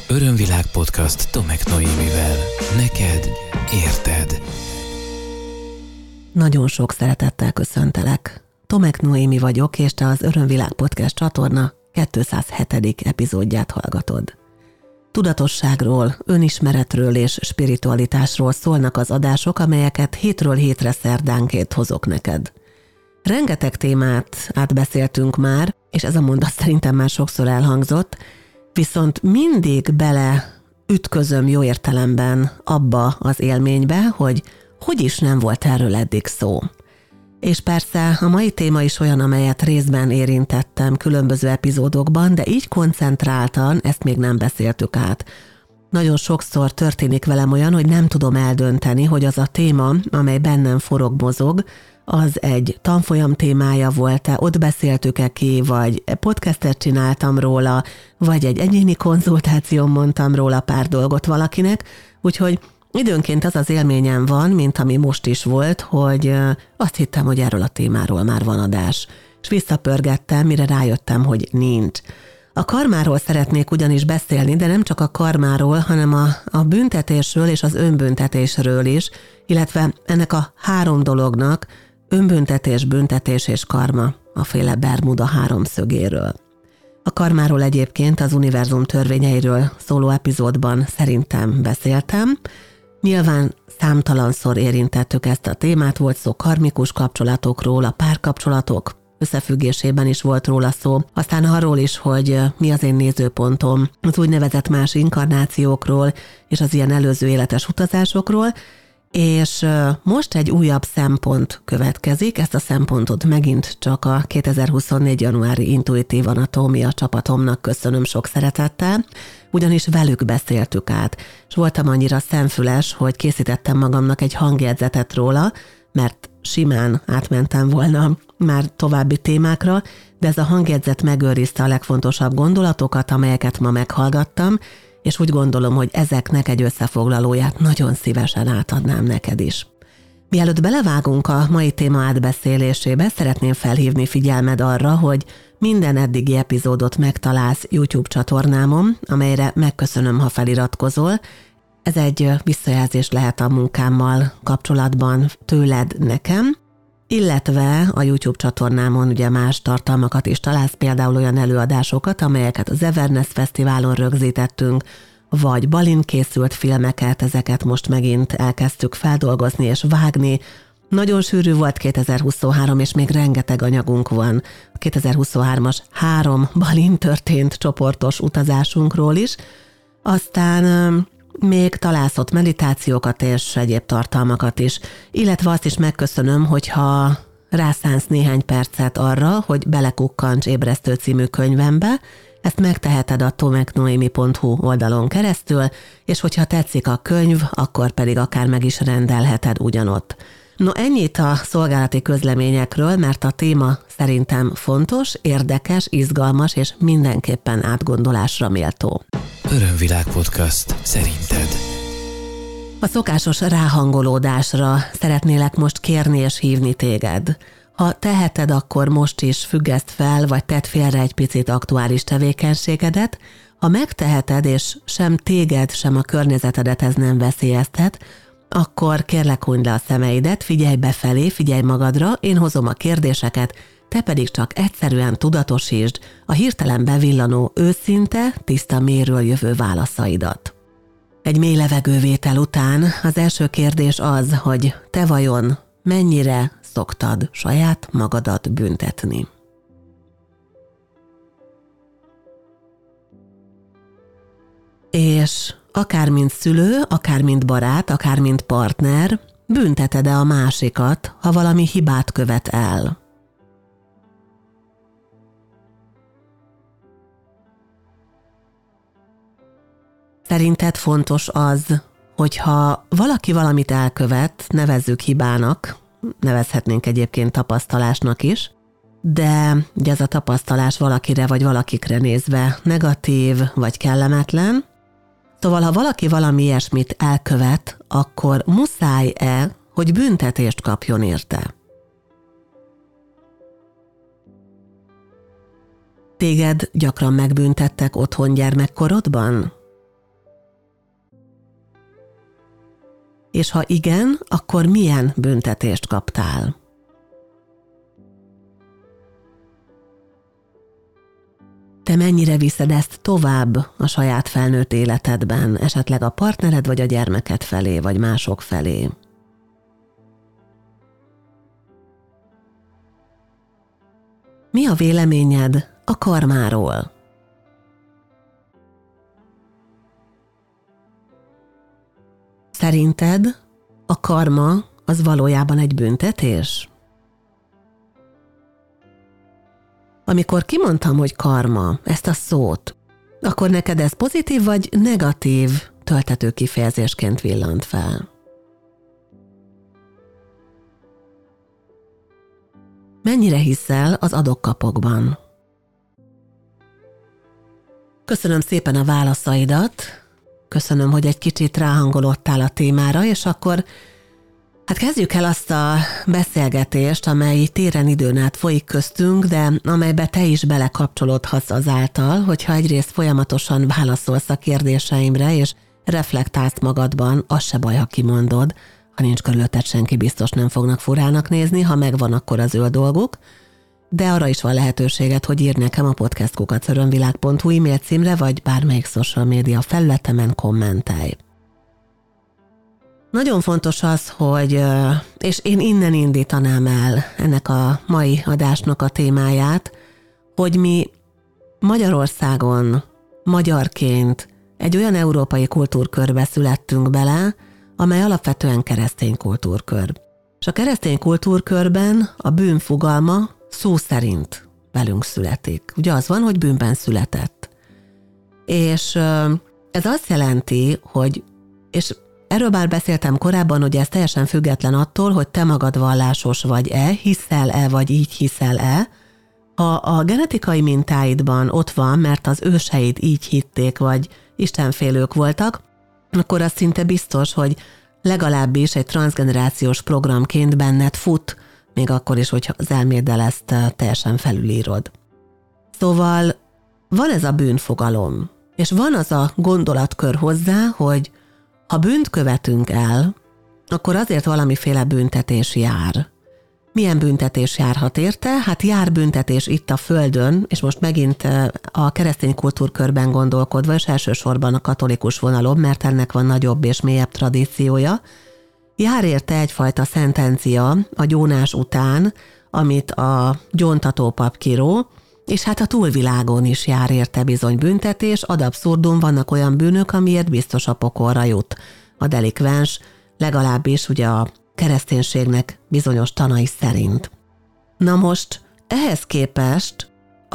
Örömvilág podcast Tomek Noémivel. Neked érted. Nagyon sok szeretettel köszöntelek. Tomek Noémi vagyok, és te az Örömvilág podcast csatorna 207. epizódját hallgatod. Tudatosságról, önismeretről és spiritualitásról szólnak az adások, amelyeket hétről hétre szerdánként hozok neked. Rengeteg témát átbeszéltünk már, és ez a mondat szerintem már sokszor elhangzott, viszont mindig bele ütközöm jó értelemben abba az élménybe, hogy is nem volt erről eddig szó. És persze a mai téma is olyan, amelyet részben érintettem különböző epizódokban, de így koncentráltan ezt még nem beszéltük át. Nagyon sokszor történik velem olyan, hogy nem tudom eldönteni, hogy az a téma, amely bennem forog, mozog, az egy tanfolyam témája volt-e, ott beszéltük-e ki, vagy podcastet csináltam róla, vagy egy egyéni konzultáción mondtam róla pár dolgot valakinek, úgyhogy időnként az az élményem van, mint ami most is volt, hogy azt hittem, hogy erről a témáról már van adás, és visszapörgettem, mire rájöttem, hogy nincs. A karmáról szeretnék ugyanis beszélni, de nem csak a karmáról, hanem a büntetésről és az önbüntetésről is, illetve ennek a három dolognak, önbüntetés, büntetés és karma, a féle Bermuda háromszögéről. A karmáról egyébként az univerzum törvényeiről szóló epizódban szerintem beszéltem. Nyilván számtalanszor érintettük ezt a témát, volt szó karmikus kapcsolatokról, a párkapcsolatok összefüggésében is volt róla szó, aztán arról is, hogy mi az én nézőpontom az úgynevezett más inkarnációkról és az ilyen előző életes utazásokról, és most egy újabb szempont következik, ezt a szempontot megint csak a 2024. januári Intuitív Anatómia csapatomnak köszönöm sok szeretettel, ugyanis velük beszéltük át, és voltam annyira szemfüles, hogy készítettem magamnak egy hangjegyzetet róla, mert simán átmentem volna már további témákra, de ez a hangjegyzet megőrizte a legfontosabb gondolatokat, amelyeket ma meghallgattam, és úgy gondolom, hogy ezeknek egy összefoglalóját nagyon szívesen átadnám neked is. Mielőtt belevágunk a mai téma átbeszélésébe, szeretném felhívni figyelmed arra, hogy minden eddigi epizódot megtalálsz YouTube csatornámon, amelyre megköszönöm, ha feliratkozol. Ez egy visszajelzés lehet a munkámmal kapcsolatban tőled nekem, illetve a YouTube csatornámon ugye más tartalmakat is találsz, például olyan előadásokat, amelyeket az Everness Fesztiválon rögzítettünk, vagy Balin készült filmeket, ezeket most megint elkezdtük feldolgozni és vágni. Nagyon sűrű volt 2023, és még rengeteg anyagunk van a 2023-as 3 Balin történt csoportos utazásunkról is. Aztán még találsz ott meditációkat és egyéb tartalmakat is, illetve azt is megköszönöm, hogyha rászánsz néhány percet arra, hogy belekukkancs ébresztő című könyvembe, ezt megteheted a tomeknoemi.hu oldalon keresztül, és hogyha tetszik a könyv, akkor pedig akár meg is rendelheted ugyanott. No, ennyit a szolgálati közleményekről, mert a téma szerintem fontos, érdekes, izgalmas és mindenképpen átgondolásra méltó. Örömvilág podcast szerinted. A szokásos ráhangolódásra szeretnélek most kérni és hívni téged. Ha teheted, akkor most is függeszt fel, vagy tedd félre egy picit aktuális tevékenységedet. Ha megteheted, és sem téged, sem a környezetedet ez nem veszélyeztet, akkor kérlek, hunyd le a szemeidet, figyelj befelé, figyelj magadra, én hozom a kérdéseket, te pedig csak egyszerűen tudatosítsd a hirtelen bevillanó őszinte, tiszta mélyről jövő válaszaidat. Egy mély levegővétel után az első kérdés az, hogy te vajon mennyire szoktad saját magadat büntetni. És akár mint szülő, akár mint barát, akár mint partner, bünteted-e a másikat, ha valami hibát követ el? Szerinted fontos az, hogyha valaki valamit elkövet, nevezzük hibának, nevezhetnénk egyébként tapasztalásnak is, de ugye ez a tapasztalás valakire vagy valakikre nézve negatív vagy kellemetlen, szóval ha valaki valami ilyesmit elkövet, akkor muszáj-e, hogy büntetést kapjon érte? Téged gyakran megbüntettek otthon gyermekkorodban? És ha igen, akkor milyen büntetést kaptál? Te mennyire viszed ezt tovább a saját felnőtt életedben, esetleg a partnered vagy a gyermeked felé, vagy mások felé? Mi a véleményed a karmáról? Szerinted a karma az valójában egy büntetés? Amikor kimondtam, hogy karma, ezt a szót, akkor neked ez pozitív vagy negatív töltető kifejezésként villant fel? Mennyire hiszel az adok-kapokban? Köszönöm szépen a válaszaidat, köszönöm, hogy egy kicsit ráhangolódtál a témára, és akkor kezdjük el azt a beszélgetést, amely téren időn át folyik köztünk, de amelybe te is belekapcsolódhatsz azáltal, hogyha egyrészt folyamatosan válaszolsz a kérdéseimre, és reflektálsz magadban, az se baj, ha kimondod, ha nincs körülötted senki, biztos nem fognak furának nézni, ha megvan, akkor az ő dolguk, de arra is van lehetőséged, hogy írd nekem a podcast@örömvilág.hu e-mail címre, vagy bármelyik social média felületemen kommentelj. Nagyon fontos az, hogy, és én innen indítanám el ennek a mai adásnak a témáját, hogy mi Magyarországon, magyarként egy olyan európai kultúrkörbe születtünk bele, amely alapvetően keresztény kultúrkör. És a keresztény kultúrkörben a bűn fogalma szó szerint velünk születik. Ugye az van, hogy bűnben született. És ez azt jelenti, hogy, és erről már beszéltem korábban, hogy ez teljesen független attól, hogy te magad vallásos vagy-e, hiszel-e, vagy így hiszel-e. Ha a genetikai mintáidban ott van, mert az őseid így hitték, vagy istenfélők voltak, akkor az szinte biztos, hogy legalábbis egy transzgenerációs programként benned fut, még akkor is, hogyha az elméddel ezt teljesen felülírod. Szóval van ez a bűnfogalom, és van az a gondolatkör hozzá, hogy ha bűnt követünk el, akkor azért valamiféle büntetés jár. Milyen büntetés járhat érte? Hát jár büntetés itt a Földön, és most megint a keresztény kultúrkörben gondolkodva, és elsősorban a katolikus vonalon, mert ennek van nagyobb és mélyebb tradíciója. Jár érte egyfajta szentencia a gyónás után, amit a gyóntatópap kiró, és hát a túlvilágon is jár érte bizony büntetés, ad abszurdum, vannak olyan bűnök, amiért biztos a pokolra jut. A delikvens, legalábbis ugye a kereszténységnek bizonyos tanai szerint. Na most ehhez képest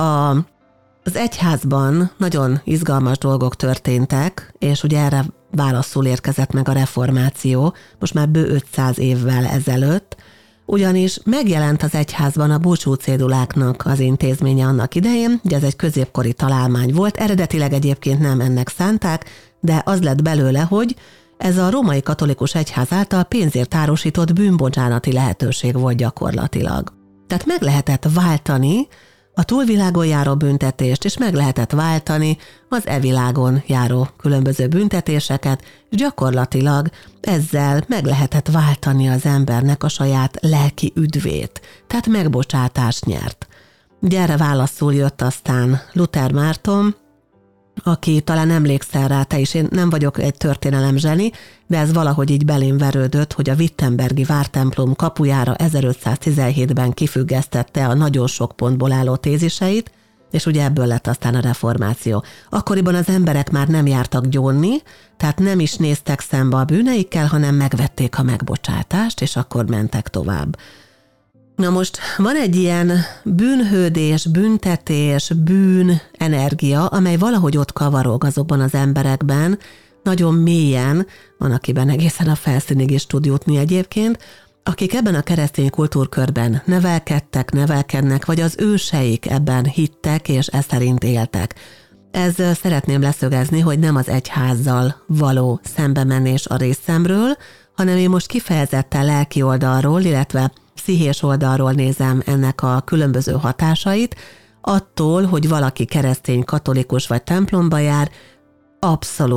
az egyházban nagyon izgalmas dolgok történtek, és ugye erre válaszul érkezett meg a reformáció, most már bő 500 évvel ezelőtt, ugyanis megjelent az egyházban a búcsúcéduláknak az intézménye annak idején, ugye ez egy középkori találmány volt, eredetileg egyébként nem ennek szánták, de az lett belőle, hogy ez a római katolikus egyház által pénzért árusított bűnbocsánati lehetőség volt gyakorlatilag. Tehát meg lehetett váltani a túlvilágon járó büntetést, és meg lehetett váltani az evilágon járó különböző büntetéseket, és gyakorlatilag ezzel meg lehetett váltani az embernek a saját lelki üdvét, tehát megbocsátást nyert. Ugye erre válaszul jött aztán Luther Márton, aki talán emlékszel rá, te is, én nem vagyok egy történelem zseni, de ez valahogy így belém verődött, hogy a wittenbergi vártemplom kapujára 1517-ben kifüggesztette a nagyon sok pontból álló téziseit, és ugye ebből lett aztán a reformáció. Akkoriban az emberek már nem jártak gyónni, tehát nem is néztek szembe a bűneikkel, hanem megvették a megbocsátást, és akkor mentek tovább. Na most van egy ilyen bűnhődés, büntetés, bűn energia, amely valahogy ott kavarog azokban az emberekben, nagyon mélyen, van akiben egészen a felszínig is tud jutni egyébként, akik ebben a keresztény kultúrkörben nevelkedtek, nevelkednek, vagy az őseik ebben hittek és ez szerint éltek. Ez szeretném leszögezni, hogy nem az egyházzal való szembemenés a részemről, hanem én most kifejezetten lelki oldalról, illetve pszichés oldalról nézem ennek a különböző hatásait, attól, hogy valaki keresztény, katolikus vagy templomba jár, abszolút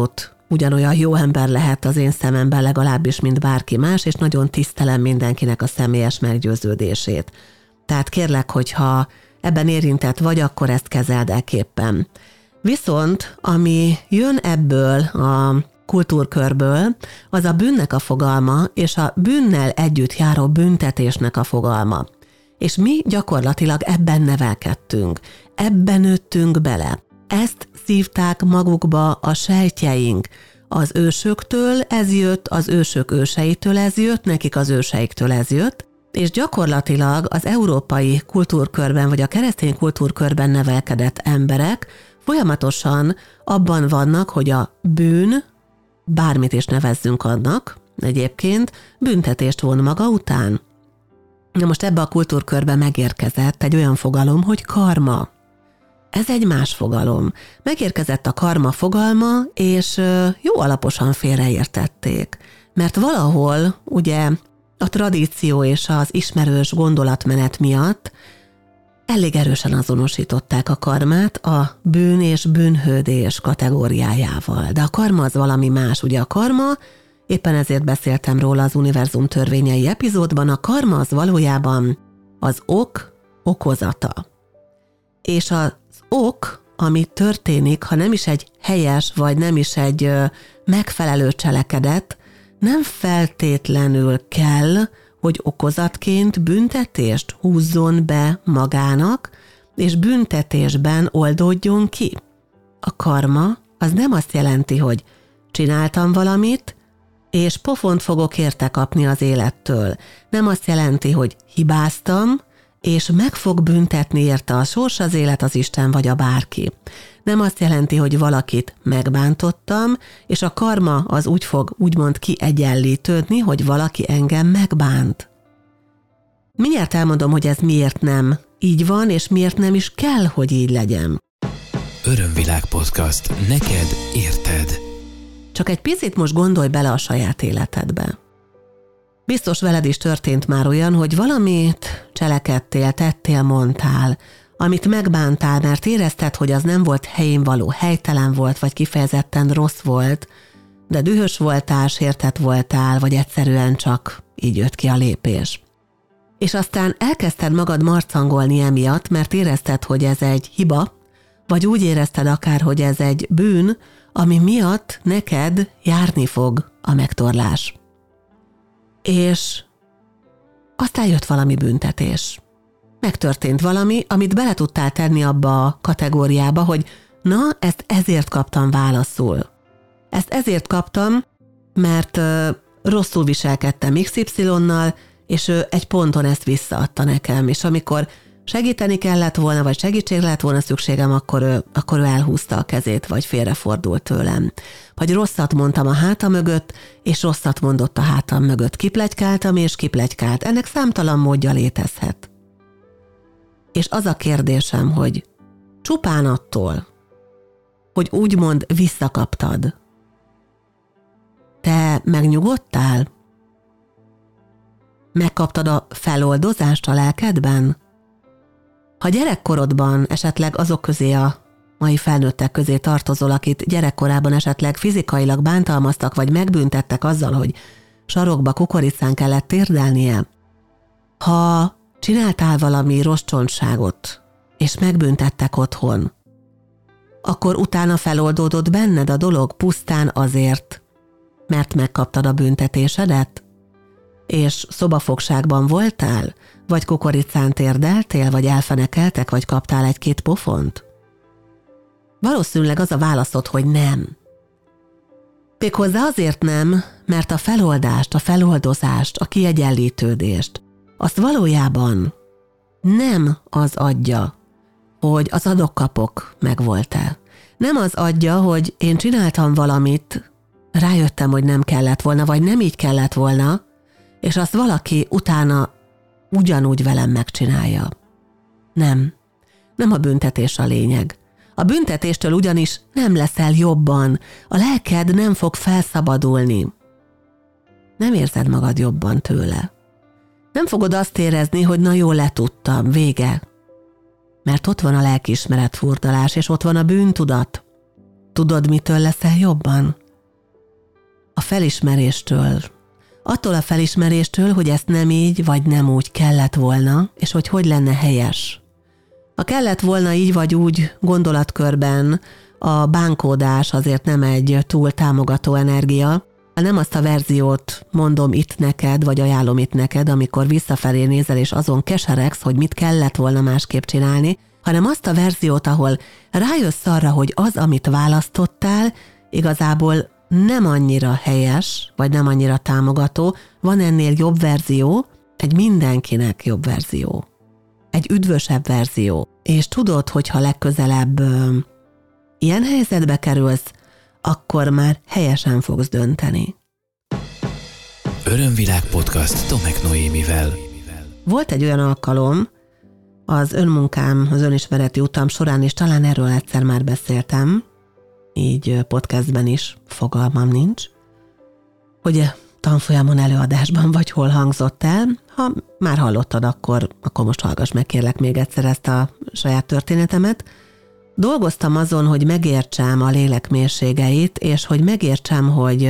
ugyanolyan jó ember lehet az én szememben legalábbis, mint bárki más, és nagyon tisztelem mindenkinek a személyes meggyőződését. Tehát kérlek, hogyha ebben érintett vagy, akkor ezt kezeld ekképpen. Viszont, ami jön ebből a kultúrkörből, az a bűnnek a fogalma, és a bűnnel együtt járó büntetésnek a fogalma. És mi gyakorlatilag ebben nevelkedtünk, ebben nőttünk bele. Ezt szívták magukba a sejtjeink. Az ősöktől ez jött, az ősök őseitől ez jött, nekik az őseiktől ez jött, és gyakorlatilag az európai kultúrkörben, vagy a keresztény kultúrkörben nevelkedett emberek folyamatosan abban vannak, hogy a bűn, bármit is nevezzünk annak, egyébként büntetést von maga után. Na most ebbe a kultúrkörbe megérkezett egy olyan fogalom, hogy karma. Ez egy más fogalom. Megérkezett a karma fogalma, és jó alaposan félreértették. Mert valahol, ugye, a tradíció és az ismerős gondolatmenet miatt elég erősen azonosították a karmát a bűn és bűnhődés kategóriájával. De a karma az valami más. Ugye a karma, éppen ezért beszéltem róla az univerzum törvényei epizódban, a karma az valójában az ok okozata. És az ok, ami történik, ha nem is egy helyes, vagy nem is egy megfelelő cselekedet, nem feltétlenül kell, hogy okozatként büntetést húzzon be magának, és büntetésben oldódjon ki. A karma az nem azt jelenti, hogy csináltam valamit, és pofont fogok érte kapni az élettől. Nem azt jelenti, hogy hibáztam, és meg fog büntetni érte a sors, az élet, az Isten vagy a bárki. Nem azt jelenti, hogy valakit megbántottam, és a karma az úgy fog úgymond kiegyenlítődni, hogy valaki engem megbánt. Mindjárt elmondom, hogy ez miért nem így van, és miért nem is kell, hogy így legyen. Örömvilág podcast. Neked érted. Csak egy picit most gondolj bele a saját életedbe. Biztos veled is történt már olyan, hogy valamit cselekedtél, tettél, mondtál, amit megbántál, mert érezted, hogy az nem volt helyén való, helytelen volt, vagy kifejezetten rossz volt, de dühös voltál, sértett voltál, vagy egyszerűen csak így jött ki a lépés. És aztán elkezdted magad marcangolni emiatt, mert érezted, hogy ez egy hiba, vagy úgy érezted akár, hogy ez egy bűn, ami miatt neked járni fog a megtorlás. És aztán jött valami büntetés. Megtörtént valami, amit bele tudtál tenni abba a kategóriába, hogy na, ezt ezért kaptam válaszul. Ezt ezért kaptam, mert rosszul viselkedtem XY-nal, és ő egy ponton ezt visszaadta nekem, és amikor segíteni kellett volna, vagy segítségre lett volna szükségem, akkor ő elhúzta a kezét, vagy félrefordult tőlem. Vagy rosszat mondtam a háta mögött, és rosszat mondott a hátam mögött. Kipletykáltam, és kipletykált. Ennek számtalan módja létezhet. És az a kérdésem, hogy csupán attól, hogy úgymond visszakaptad, te megnyugodtál? Megkaptad a feloldozást a lelkedben? Ha gyerekkorodban esetleg azok közé a mai felnőttek közé tartozol, akit gyerekkorában esetleg fizikailag bántalmaztak vagy megbüntettek azzal, hogy sarokba kukoricán kellett térdelnie, ha csináltál valami rossz csontságot, és megbüntettek otthon, akkor utána feloldódott benned a dolog pusztán azért, mert megkaptad a büntetésedet? És szobafogságban voltál? Vagy kukoricán térdeltél? Vagy elfenekeltek? Vagy kaptál egy-két pofont? Valószínűleg az a válaszod, hogy nem. Méghozzá azért nem, mert a feloldást, a feloldozást, a kiegyenlítődést, azt valójában nem az adja, hogy az adok-kapok megvolt-e. Nem az adja, hogy én csináltam valamit, rájöttem, hogy nem kellett volna, vagy nem így kellett volna, és azt valaki utána ugyanúgy velem megcsinálja. Nem a büntetés a lényeg. A büntetéstől ugyanis nem leszel jobban, a lelked nem fog felszabadulni. Nem érzed magad jobban tőle. Nem fogod azt érezni, hogy na jól letudtam, vége. Mert ott van a lelkiismeret furdalás, és ott van a bűntudat. Tudod, mitől leszel jobban? a felismeréstől. Attól a felismeréstől, hogy ezt nem így vagy nem úgy kellett volna, és hogy lenne helyes. Ha kellett volna így vagy úgy gondolatkörben, a bánkódás azért nem egy túl támogató energia, nem azt a verziót mondom itt neked, vagy ajánlom itt neked, amikor visszafelé nézel, és azon keseregsz, hogy mit kellett volna másképp csinálni, hanem azt a verziót, ahol rájössz arra, hogy az, amit választottál, igazából nem annyira helyes, vagy nem annyira támogató, van ennél jobb verzió, egy mindenkinek jobb verzió. Egy üdvösebb verzió. És tudod, hogy ha legközelebb ilyen helyzetbe kerülsz, akkor már helyesen fogsz dönteni. Örömvilág podcast Tomek Noémivel. Volt egy olyan alkalom az önmunkám, az önismereti utam során, és talán erről egyszer már beszéltem, így podcastben is, fogalmam nincs, hogy tanfolyamon, előadásban vagy hol hangzott el. Ha már hallottad, akkor most hallgass meg kérlek még egyszer ezt a saját történetemet. Dolgoztam azon, hogy megértsem a lélek mélységeit, és hogy megértsem, hogy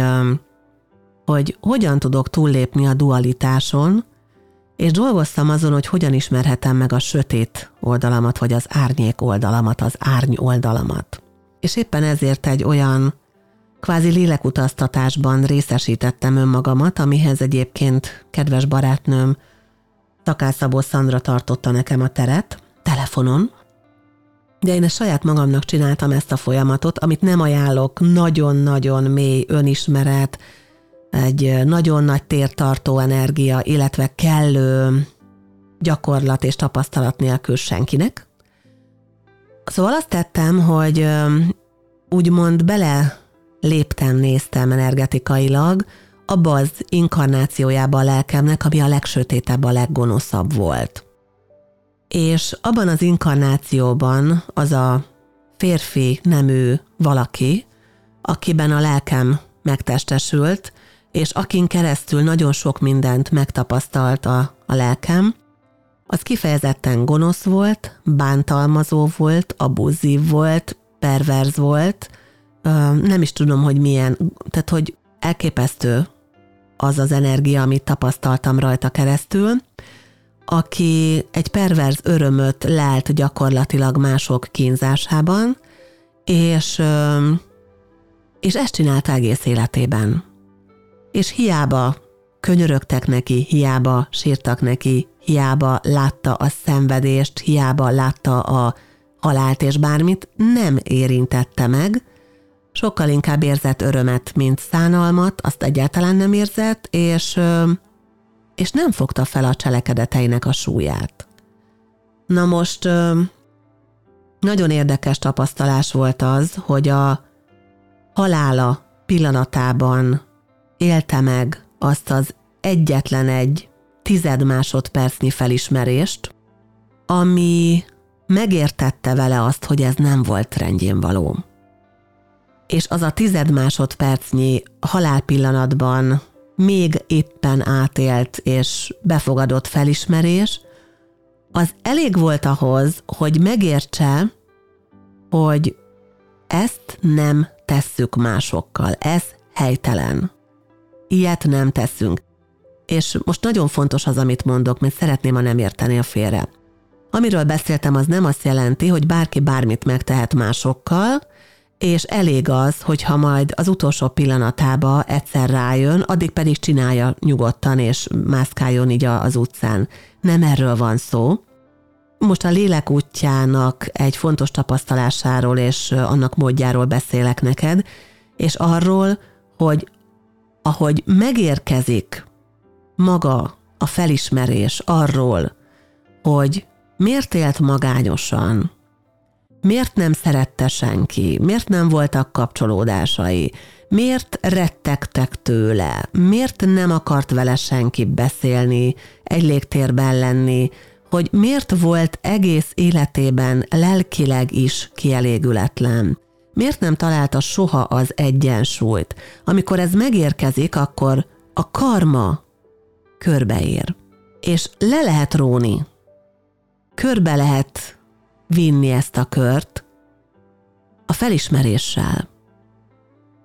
hogyan tudok túllépni a dualitáson, és dolgoztam azon, hogy hogyan ismerhetem meg a sötét oldalamat, vagy az árnyék oldalamat, az árny oldalamat. És éppen ezért egy olyan kvázi lélekutaztatásban részesítettem önmagamat, amihez egyébként kedves barátnőm, Takács Szabó Szandra tartotta nekem a teret, telefonon, de én ezt saját magamnak csináltam ezt a folyamatot, amit nem ajánlok, nagyon-nagyon mély önismeret, egy nagyon nagy tértartó energia, illetve kellő gyakorlat és tapasztalat nélkül senkinek. Szóval azt tettem, hogy úgymond bele léptem, néztem energetikailag abba az inkarnációjába a lelkemnek, ami a legsötétebb, a leggonoszabb volt. És abban az inkarnációban az a férfi nemű valaki, akiben a lelkem megtestesült, és akin keresztül nagyon sok mindent megtapasztalt a lelkem, az kifejezetten gonosz volt, bántalmazó volt, abuzív volt, perverz volt, nem is tudom, hogy milyen, tehát hogy elképesztő az az energia, amit tapasztaltam rajta keresztül, aki egy perverz örömöt lelt gyakorlatilag mások kínzásában, és ezt csinálta egész életében. És hiába könyörögtek neki, hiába sírtak neki, hiába látta a szenvedést, hiába látta a halált és bármit, nem érintette meg, sokkal inkább érzett örömet, mint szánalmat, azt egyáltalán nem érzett, és nem fogta fel a cselekedeteinek a súlyát. Na most nagyon érdekes tapasztalás volt az, hogy a halála pillanatában élte meg azt az egyetlen egy 10 másodpercnyi felismerést, ami megértette vele azt, hogy ez nem volt rendjén való. És az a 10 másodpercnyi halálpillanatban még éppen átélt és befogadott felismerés, az elég volt ahhoz, hogy megértse, hogy ezt nem tesszük másokkal, ez helytelen. Ilyet nem teszünk. És most nagyon fontos az, amit mondok, mert szeretném, ha nem értenél félre. Amiről beszéltem, az nem azt jelenti, hogy bárki bármit megtehet másokkal, és elég az, hogyha majd az utolsó pillanatába egyszer rájön, addig pedig csinálja nyugodtan, és mászkáljon így az utcán. Nem erről van szó. Most a lélek útjának egy fontos tapasztalásáról és annak módjáról beszélek neked, és arról, hogy ahogy megérkezik maga a felismerés arról, hogy miért élt magányosan, miért nem szerette senki, miért nem voltak kapcsolódásai, miért rettegtek tőle, miért nem akart vele senki beszélni, egy légtérben lenni, hogy miért volt egész életében lelkileg is kielégületlen. Miért nem találta soha az egyensúlyt? Amikor ez megérkezik, akkor a karma körbeér. És le lehet róni. Körbe lehet vinni ezt a kört a felismeréssel.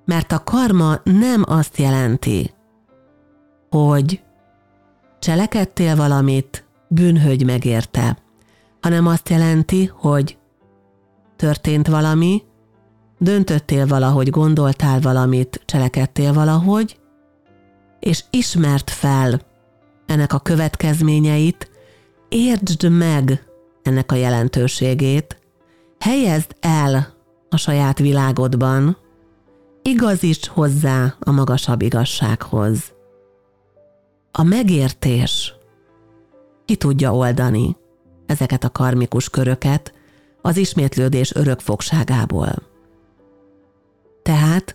Mert a karma nem azt jelenti, hogy cselekedtél valamit, bűnhődj meg érte, hanem azt jelenti, hogy történt valami, döntöttél valahogy, gondoltál valamit, cselekedtél valahogy, és ismerd fel ennek a következményeit, értsd meg ennek a jelentőségét, helyezd el a saját világodban, igazítsd hozzá a magasabb igazsághoz. A megértés ki tudja oldani ezeket a karmikus köröket az ismétlődés örökfogságából. Tehát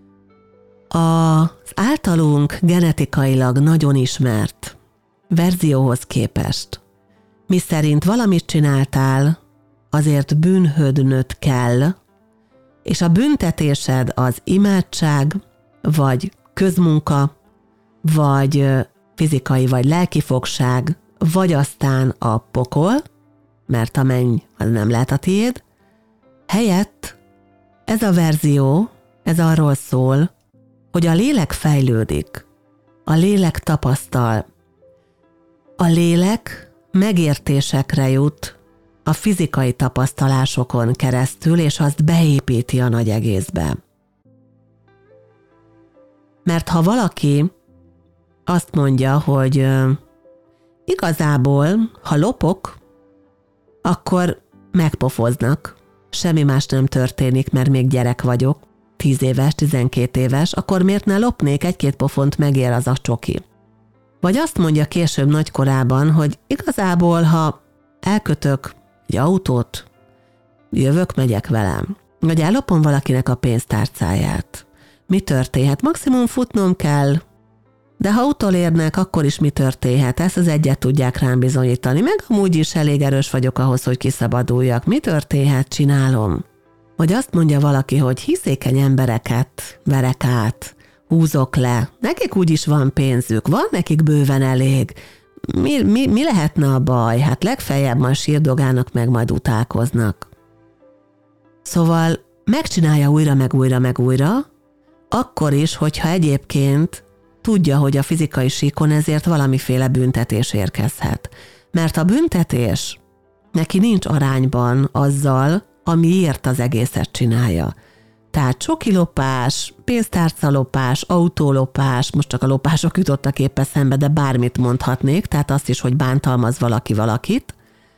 az általunk genetikailag nagyon ismert verzióhoz képest, miszerint valamit csináltál, azért bűnhődnöd kell, és a büntetésed az imádság, vagy közmunka, vagy fizikai vagy lelki fogság, vagy aztán a pokol, mert a menny az nem lehet a tiéd, helyett ez a verzió, ez arról szól, hogy a lélek fejlődik, a lélek tapasztal, a lélek megértésekre jut a fizikai tapasztalásokon keresztül, és azt beépíti a nagy egészbe. Mert ha valaki azt mondja, hogy igazából, ha lopok, akkor megpofoznak, semmi más nem történik, mert még gyerek vagyok, 10 éves, 12 éves, akkor miért ne lopnék, 1-2 pofont megér az a csoki. Vagy azt mondja később nagykorában, hogy igazából, ha elkötök egy autót, jövök, megyek velem. Vagy ellopom valakinek a pénztárcáját. Mi történhet? Maximum futnom kell, de ha utolérnek, akkor is mi történhet? Ezt az egyet tudják rám bizonyítani. Meg amúgy is elég erős vagyok ahhoz, hogy kiszabaduljak. Mi történhet? Csinálom. Vagy azt mondja valaki, hogy hiszékeny embereket verek át, húzok le. Nekik úgyis van pénzük, van nekik bőven elég. Mi lehetne a baj? Hát legfeljebb majd sírdogálnak, meg majd utálkoznak. Szóval megcsinálja újra, meg újra, meg újra, akkor is, hogyha egyébként tudja, hogy a fizikai síkon ezért valamiféle büntetés érkezhet. Mert a büntetés neki nincs arányban azzal, amiért az egészet csinálja. Tehát csokilopás, pénztárcalopás, autólopás, most csak a lopások jutottak épp eszembe, de bármit mondhatnék, tehát azt is, hogy bántalmaz valaki valakit.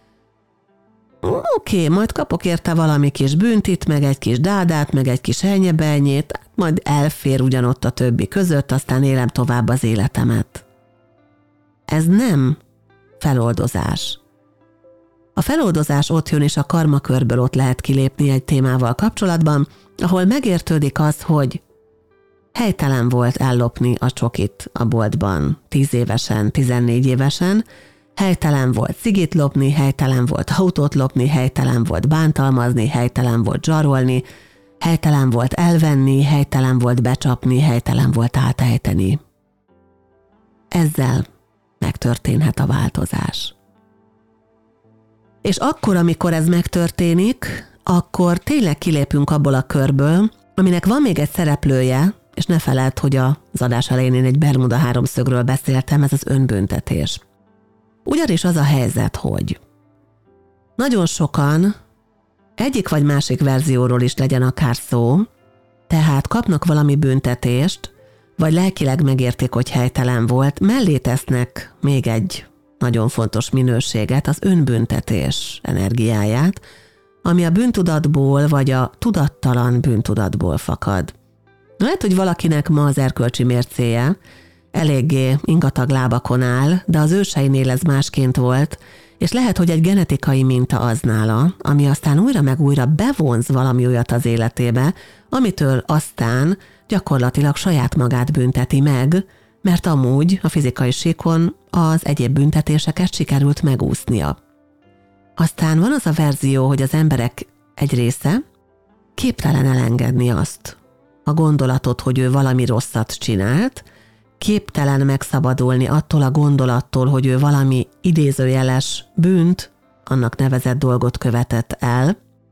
Oké, majd kapok érte valami kis büntit, meg egy kis dádát, meg egy kis elnyebenyét, majd elfér ugyanott a többi között, aztán élem tovább az életemet. Ez nem feloldozás. A feloldozás ott jön, és a karmakörből ott lehet kilépni egy témával kapcsolatban, ahol megértődik az, hogy helytelen volt ellopni a csokit a boltban 10 évesen, 14 évesen, helytelen volt cigit lopni, helytelen volt autót lopni, helytelen volt bántalmazni, helytelen volt zsarolni, helytelen volt elvenni, helytelen volt becsapni, helytelen volt átejteni. Ezzel megtörténhet a változás. És akkor, amikor ez megtörténik, akkor tényleg kilépünk abból a körből, aminek van még egy szereplője, és ne feledd, hogy az adás elején én egy Bermuda háromszögről beszéltem, ez az önbüntetés. Ugyanis az a helyzet, hogy nagyon sokan, egyik vagy másik verzióról is legyen akár szó, tehát kapnak valami büntetést, vagy lelkileg megértik, hogy helytelen volt, mellé tesznek még egy nagyon fontos minőséget, az önbüntetés energiáját, ami a bűntudatból vagy a tudattalan bűntudatból fakad. Lehet, hogy valakinek ma az erkölcsi mércéje eléggé ingatag lábakon áll, de az őseinél ez másként volt, és lehet, hogy egy genetikai minta az nála, ami aztán újra meg újra bevonz valami olyat az életébe, amitől aztán gyakorlatilag saját magát bünteti meg, mert amúgy a fizikai síkon az egyéb büntetéseket sikerült megúsznia. Aztán van az a verzió, hogy az emberek egy része képtelen elengedni azt, a gondolatot, hogy ő valami rosszat csinált, képtelen megszabadulni attól a gondolattól, hogy ő valami idézőjeles bűnt, annak nevezett dolgot követett el,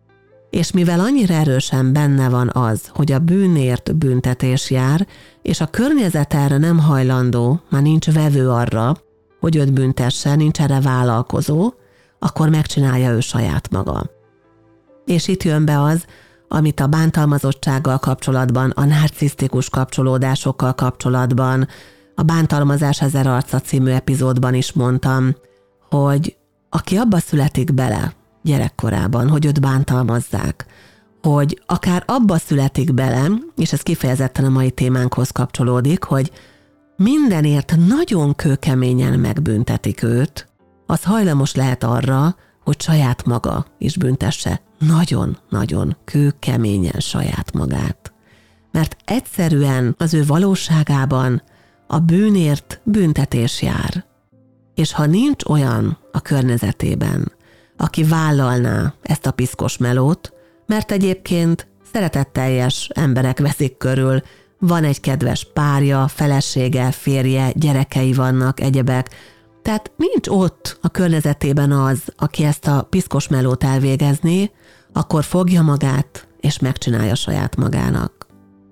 És mivel annyira erősen benne van az, hogy a bűnért büntetés jár, és a környezet erre nem hajlandó, már nincs vevő arra, hogy őt büntesse, nincs erre vállalkozó, akkor megcsinálja ő saját maga. És itt jön be az, amit a bántalmazottsággal kapcsolatban, a narcisztikus kapcsolódásokkal kapcsolatban, a Bántalmazás 1000 arca című epizódban is mondtam, hogy aki abba születik bele gyerekkorában, hogy őt bántalmazzák, hogy akár abba születik bele, és ez kifejezetten a mai témánkhoz kapcsolódik, hogy mindenért nagyon kőkeményen megbüntetik őt, az hajlamos lehet arra, hogy saját maga is büntesse nagyon-nagyon kőkeményen saját magát. Mert egyszerűen az ő valóságában a bűnért büntetés jár. És ha nincs olyan a környezetében, aki vállalná ezt a piszkos melót, mert egyébként szeretetteljes emberek veszik körül, van egy kedves párja, felesége, férje, gyerekei vannak, egyebek, tehát nincs ott a környezetében az, aki ezt a piszkos melót elvégezni, akkor fogja magát és megcsinálja saját magának.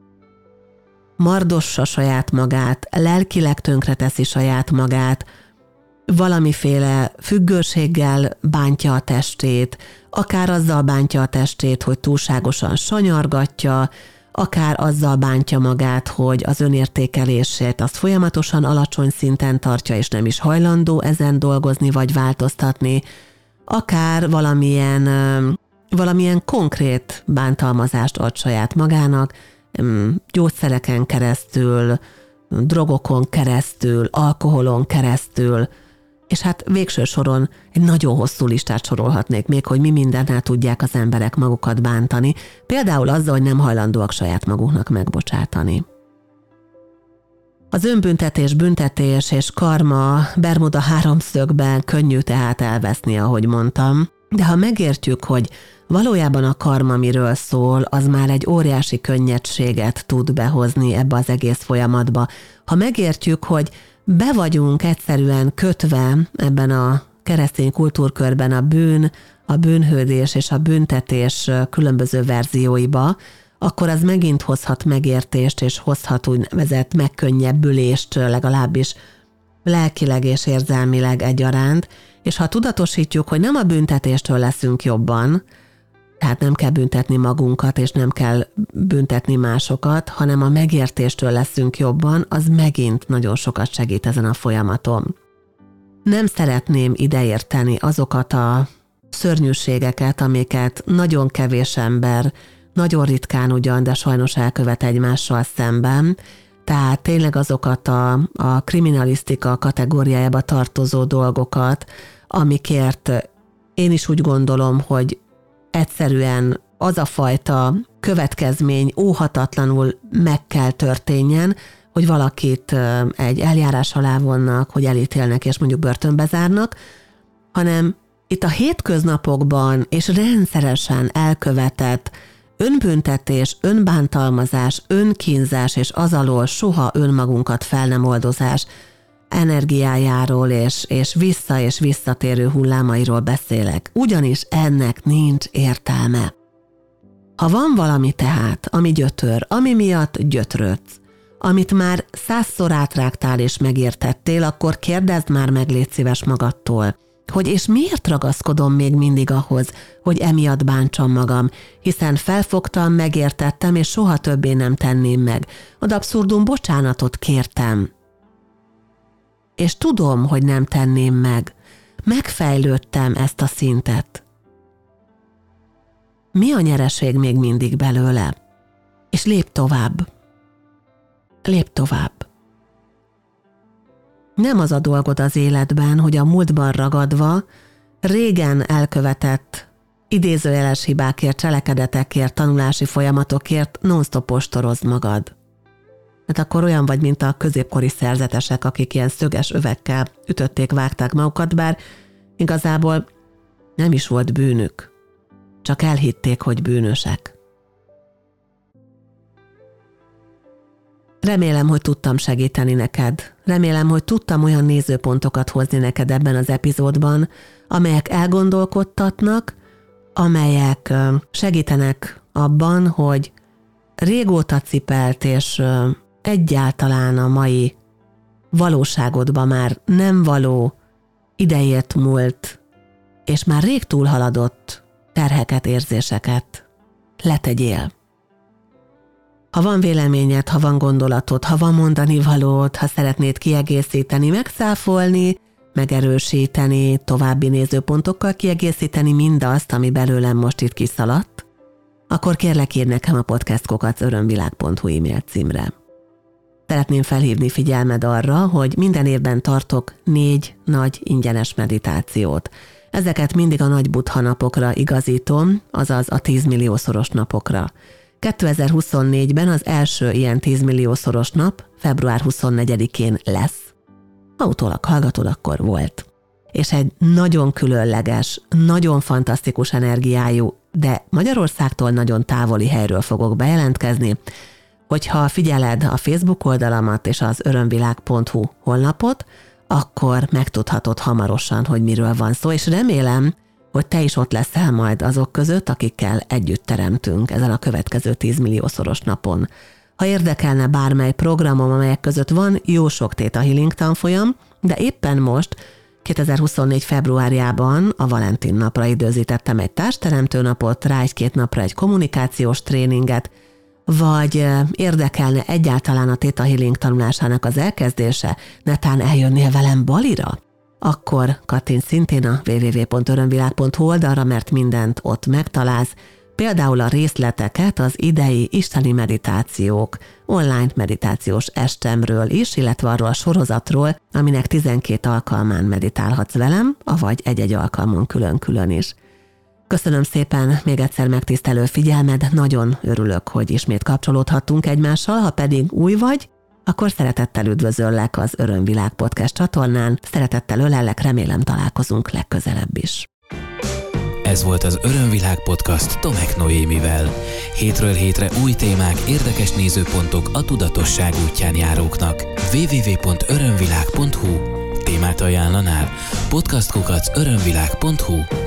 Mardossa saját magát, lelkileg tönkreteszi saját magát, valamiféle függőséggel bántja a testét, akár azzal bántja a testét, hogy túlságosan sanyargatja, akár azzal bántja magát, hogy az önértékelését azt folyamatosan alacsony szinten tartja, és nem is hajlandó ezen dolgozni vagy változtatni, akár valamilyen konkrét bántalmazást ad saját magának, gyógyszereken keresztül, drogokon keresztül, alkoholon keresztül, és hát végső soron egy nagyon hosszú listát sorolhatnék még, hogy mi mindennel tudják az emberek magukat bántani, például azzal, hogy nem hajlandóak saját maguknak megbocsátani. Az önbüntetés, büntetés és karma Bermuda háromszögben könnyű tehát elveszni, ahogy mondtam, de ha megértjük, hogy valójában a karma miről szól, az már egy óriási könnyedséget tud behozni ebbe az egész folyamatba. Ha megértjük, hogy be vagyunk egyszerűen kötve ebben a keresztény kultúrkörben a bűnhődés és a büntetés különböző verzióiba, akkor az megint hozhat megértést, és hozhat úgynevezett megkönnyebbülést, legalábbis lelkileg és érzelmileg egyaránt, és ha tudatosítjuk, hogy nem a büntetéstől leszünk jobban, tehát nem kell büntetni magunkat, és nem kell büntetni másokat, hanem a megértéstől leszünk jobban, az megint nagyon sokat segít ezen a folyamaton. Nem szeretném ideérteni azokat a szörnyűségeket, amiket nagyon kevés ember, nagyon ritkán ugyan, de sajnos elkövet egymással szemben, tehát tényleg azokat a kriminalisztika kategóriájába tartozó dolgokat, amikért én is úgy gondolom, hogy egyszerűen az a fajta következmény óhatatlanul meg kell történjen, hogy valakit egy eljárás alá vonnak, hogy elítélnek és mondjuk börtönbe zárnak, hanem itt a hétköznapokban és rendszeresen elkövetett önbüntetés, önbántalmazás, önkínzás és az alól soha önmagunkat fel nem oldozás energiájáról és visszatérő hullámairól beszélek, ugyanis ennek nincs értelme. Ha van valami tehát, ami gyötör, ami miatt gyötrődsz, amit már 100-szor átrágtál és megértettél, akkor kérdezd már meg, légy szíves magadtól, hogy és miért ragaszkodom még mindig ahhoz, hogy emiatt bántsam magam, hiszen felfogtam, megértettem, és soha többé nem tenném meg. Ad abszurdum, bocsánatot kértem. És tudom, hogy nem tenném meg. Megfejlődtem ezt a szintet. Mi a nyereség még mindig belőle? És lépj tovább. Lépj tovább. Nem az a dolgod az életben, hogy a múltban ragadva, régen elkövetett idézőjeles hibákért, cselekedetekért, tanulási folyamatokért non-stop ostorozd magad. Hát akkor olyan vagy, mint a középkori szerzetesek, akik ilyen szöges övekkel ütötték, vágták magukat, bár igazából nem is volt bűnük. Csak elhitték, hogy bűnösek. Remélem, hogy tudtam segíteni neked. Remélem, hogy tudtam olyan nézőpontokat hozni neked ebben az epizódban, amelyek elgondolkodtatnak, amelyek segítenek abban, hogy régóta cipelt és egyáltalán a mai valóságodban már nem való, idejét múlt, és már rég túlhaladott terheket, érzéseket letegyél. Ha van véleményed, ha van gondolatod, ha van mondani valód, ha szeretnéd kiegészíteni, megszáfolni, megerősíteni, további nézőpontokkal kiegészíteni mindazt, ami belőlem most itt kiszaladt, akkor kérlek írd nekem a podcast@örömvilág.hu e-mail címre. Szeretném felhívni figyelmed arra, hogy minden évben tartok 4 nagy ingyenes meditációt. Ezeket mindig a nagy Buddha napokra igazítom, azaz a 10 milliószoros napokra. 2024-ben az első ilyen 10 milliószoros nap február 24-én lesz. Ha utólag hallgatod, akkor volt. És egy nagyon különleges, nagyon fantasztikus energiájú, de Magyarországtól nagyon távoli helyről fogok bejelentkezni, hogyha figyeled a Facebook oldalamat és az örömvilág.hu honlapot, akkor megtudhatod hamarosan, hogy miről van szó, és remélem, hogy te is ott leszel majd azok között, akikkel együtt teremtünk ezen a következő 10 milliószoros napon. Ha érdekelne bármely programom, amelyek között van jó sok Theta Healing tanfolyam, de éppen most, 2024. februárjában a Valentin napra időzítettem egy társteremtő napot, rá 1-2 napra egy kommunikációs tréninget, vagy érdekelne egyáltalán a Theta Healing tanulásának az elkezdése, netán eljönnél velem Balira? Akkor kattints szintén a www.örömvilág.hu oldalra, mert mindent ott megtalálsz, például a részleteket az idei isteni meditációk, online meditációs estemről is, illetve arról a sorozatról, aminek 12 alkalmán meditálhatsz velem, avagy egy-egy alkalmon külön-külön is. Köszönöm szépen még egyszer megtisztelő figyelmed, nagyon örülök, hogy ismét kapcsolódhattunk egymással, ha pedig új vagy, akkor szeretettel üdvözöllek az Örömvilág podcast csatornán, szeretettel ölellek, remélem találkozunk legközelebb is. Ez volt az Örömvilág podcast Tomek Noémivel. Hétről hétre új témák, érdekes nézőpontok a tudatosság útján járóknak. www.örömvilág.hu Témát ajánlanál? podcast@örömvilág.hu